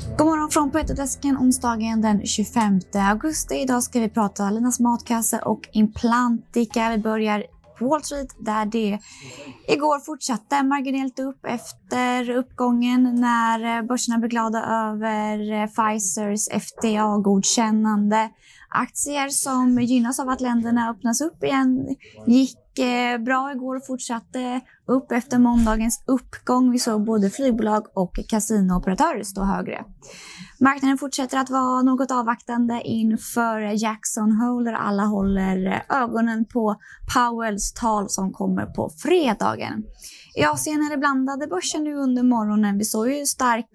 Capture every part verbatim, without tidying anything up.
God morgon från Petrodesken onsdagen den tjugofemte augusti. Idag ska vi prata Linas Matkasse och Implantica. Vi börjar på Wall Street där det igår fortsatte marginellt upp efter uppgången när börserna blev glada över Pfizers F D A-godkännande. Aktier som gynnas av att länderna öppnas upp igen gick bra igår och fortsatte upp efter måndagens uppgång. Vi såg både flygbolag och kasinooperatörer stå högre. Marknaden fortsätter att vara något avvaktande inför Jackson Hole där alla håller ögonen på Powells tal som kommer på fredagen. I Asien är det blandade börser nu under morgonen. Vi såg ju stark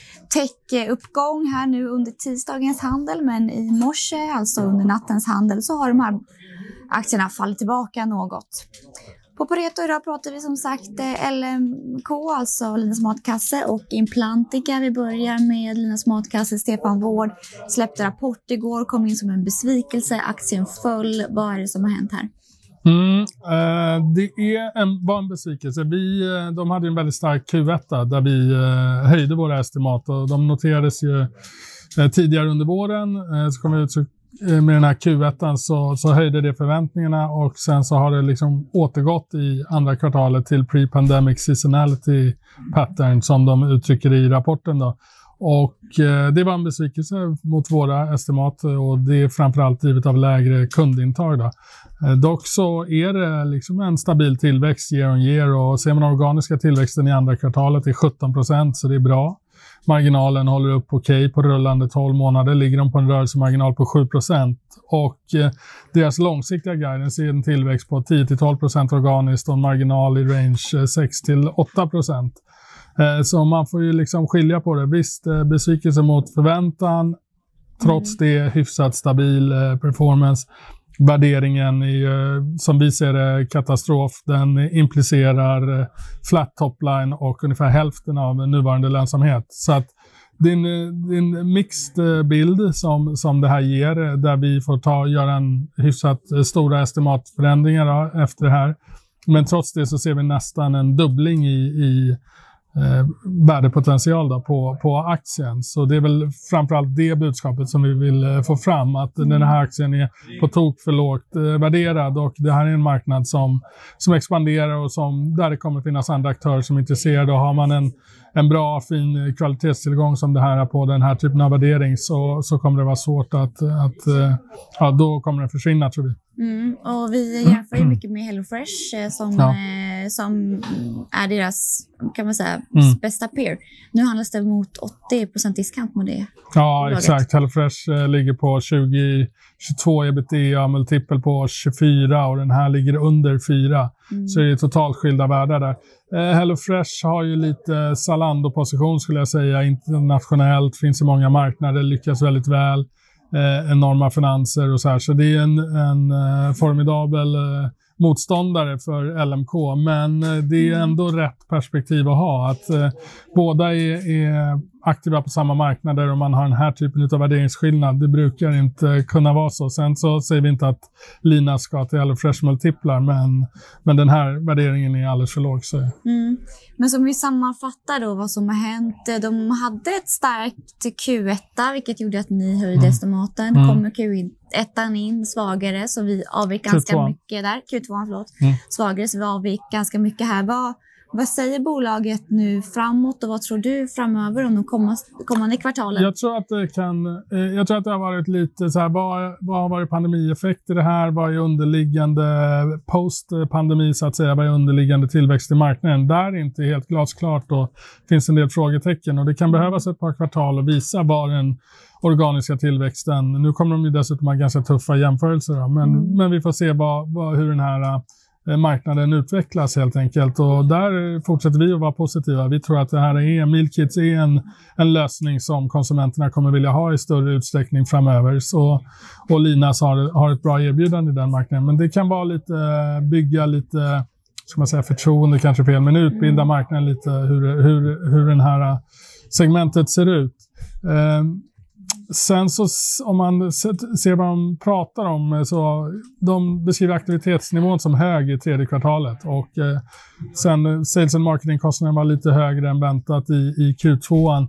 tech-uppgång här nu under tisdagens handel, men i morse, alltså under nattens handel, så har de här aktierna fallit tillbaka något. På Pareto idag pratar vi som sagt L M K, alltså Linas Matkasse, och Implantica. Vi börjar med Linas Matkasse. Stefan Wård släppte rapport igår, kom in som en besvikelse. Aktien föll. Vad är det som har hänt här? Mm, eh, det är en, var en besvikelse. Vi, de hade en väldigt stark Q ett där vi eh, höjde våra estimat, och de noterades ju eh, tidigare under våren. Eh, så kom vi ut så med den här Q ett så, så höjde det förväntningarna, och sen så har det liksom återgått i andra kvartalet till pre-pandemic seasonality pattern som de uttrycker i rapporten då. Och eh, det var en besvikelse mot våra estimat, och det är framförallt drivet av lägre kundintag då. Eh, dock så är det liksom en stabil tillväxt year on year, och ser man organiska tillväxten i andra kvartalet är sjutton procent, så det är bra. Marginalen håller upp okej på rullande tolv månader, ligger de på en rörelsemarginal på sju procent, och eh, deras långsiktiga guidance är en tillväxt på tio till tolv procent organiskt och en marginal i range sex till åtta procent. Eh, så man får ju liksom skilja på det. Visst, eh, besvikelse mot förväntan, trots mm. det hyfsat stabil eh, performance. Värderingen är, som vi ser det, katastrof. Den implicerar flat topline och ungefär hälften av nuvarande lönsamhet. Så att det är en, det är en mixed bild som, som det här ger, där vi får ta, göra en hyfsat stora estimatförändringar då, efter det här. Men trots det så ser vi nästan en dubbling i, i Eh, värdepotential då på, på aktien. Så det är väl framförallt det budskapet som vi vill eh, få fram, att mm. den här aktien är på tok för lågt eh, värderad, och det här är en marknad som, som expanderar och som, där det kommer finnas andra aktörer som är intresserade, och har man en, en bra fin kvalitetstillgång som det här är på den här typen av värdering, så, så kommer det vara svårt att, att eh, ja, då kommer det försvinna, tror vi. Mm, och vi jämför ju mycket med HelloFresh som, ja. eh, som är deras, kan man säga, mm. bästa peer. Nu handlas det mot åttio procent diskant mot det. Ja, bolaget. Exakt. HelloFresh eh, ligger på tjugo tjugotvå ebitda, multipel på tjugofyra, och den här ligger under fyra. Mm. Så det är totalt skilda världar där. Eh, HelloFresh har ju lite Zalando-position, skulle jag säga, internationellt, finns i många marknader, lyckas väldigt väl. Eh, enorma finanser och så här, så det är en, en eh, formidabel eh, motståndare för L M K, men eh, det är ändå rätt perspektiv att ha, att eh, båda är, är aktiva på samma marknader, och man har den här typen av värderingsskillnad. Det brukar inte kunna vara så. Sen så säger vi inte att Lina ska till HelloFresh multiplar, men, men den här värderingen är alldeles för låg. Så. Mm. Men som vi sammanfattar då vad som har hänt. De hade ett starkt Q ett, vilket gjorde att ni höjde mm. estimaten. Mm. Kommer Q ett in svagare, så vi avvik ganska Q två. Mycket där. Q två, förlåt. Mm. Svagare, så vi avvik ganska mycket här. Vad Vad säger bolaget nu framåt, och vad tror du framöver om de kommande kvartalen? Jag tror att det kan, jag tror att det har varit lite så här, vad, vad har varit pandemieffekt i det här? Vad är underliggande post-pandemi, så att säga, vad är underliggande tillväxt i marknaden? Där är inte helt glasklart, och finns en del frågetecken, och det kan behövas ett par kvartal att visa vad den organiska tillväxten, nu kommer de ju dessutom ha ganska tuffa jämförelser då, men, mm. men vi får se vad, vad, hur den här marknaden utvecklas helt enkelt, och där fortsätter vi att vara positiva. Vi tror att det här är, Meal Kits är en, en lösning som konsumenterna kommer vilja ha i större utsträckning framöver, så, och Linas har, har ett bra erbjudande i den marknaden, men det kan vara lite, bygga lite, ska man säga, förtroende kanske fel, men utbilda marknaden lite hur, hur, hur den här segmentet ser ut. Um, Sen så om man ser vad de pratar om, så de beskriver aktivitetsnivån som hög i tredje kvartalet, och eh, sen sales and marketing-kostnaden var lite högre än väntat i, i Q två.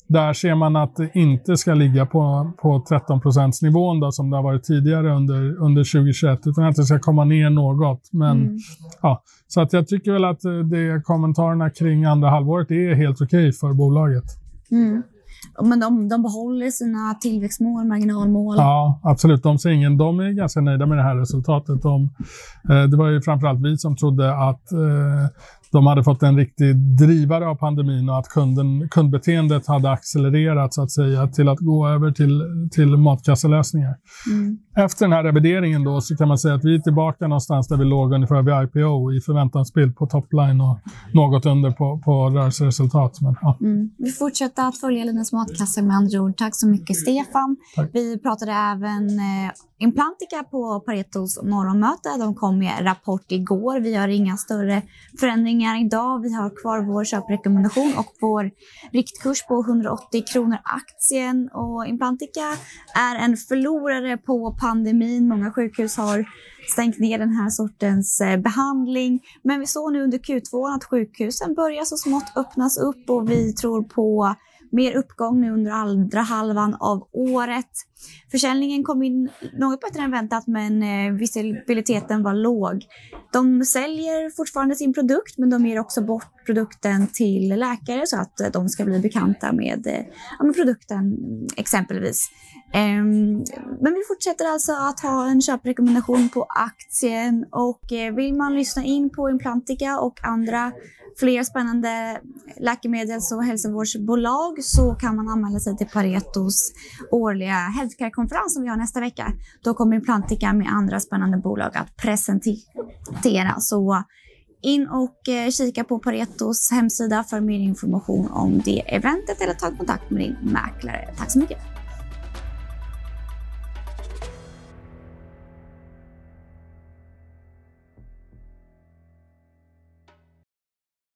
där ser man att det inte ska ligga på, på tretton procents nivån då, som det har varit tidigare under, under tjugohundratjugoett, utan att det ska komma ner något. Men, mm. ja, så att jag tycker väl att det, kommentarerna kring andra halvåret är helt okej för bolaget. Mm. Men de, de behåller sina tillväxtmål, marginalmål. Ja, absolut. De, ser ingen, de är ganska nöjda med det här resultatet. De, eh, det var ju framförallt vi som trodde att eh, de hade fått en riktig drivare av pandemin och att kunden, kundbeteendet hade accelererat så att säga till att gå över till, till matkasselösningar. Mm. Efter den här revideringen då så kan man säga att vi är tillbaka någonstans där vi låg ungefär vid I P O i förväntansbild på topline och något under på, på rörelseresultat. Men, ja. mm. Vi fortsätter att följa Linas matkasse med andra ord. Tack så mycket Stefan. Tack. Vi pratade även eh, Implantica på Paretos morgonmöte. De kom med rapport igår. Vi har inga större förändringar idag. Vi har kvar vår köprekommendation och vår riktkurs på hundraåttio kronor aktien. Och Implantica är en förlorare på pandemin. Många sjukhus har stängt ner den här sortens behandling. Men vi såg nu under Q två att sjukhusen börjar så smått öppnas upp och vi tror på mer uppgång nu under andra halvan av året. Försäljningen kom in något bättre än väntat, men eh, visibiliteten var låg. De säljer fortfarande sin produkt, men de ger också bort produkten till läkare så att eh, de ska bli bekanta med, eh, med produkten exempelvis. Eh, men vi fortsätter alltså att ha en köprekommendation på aktien och eh, vill man lyssna in på Implantica och andra fler spännande läkemedels- och hälsovårdsbolag så kan man anmäla sig till Paretos årliga healthcare-konferens som vi har nästa vecka. Då kommer Implantica med andra spännande bolag att presentera. Så in och eh, kika på Paretos hemsida för mer information om det eventet eller ta kontakt med din mäklare. Tack så mycket!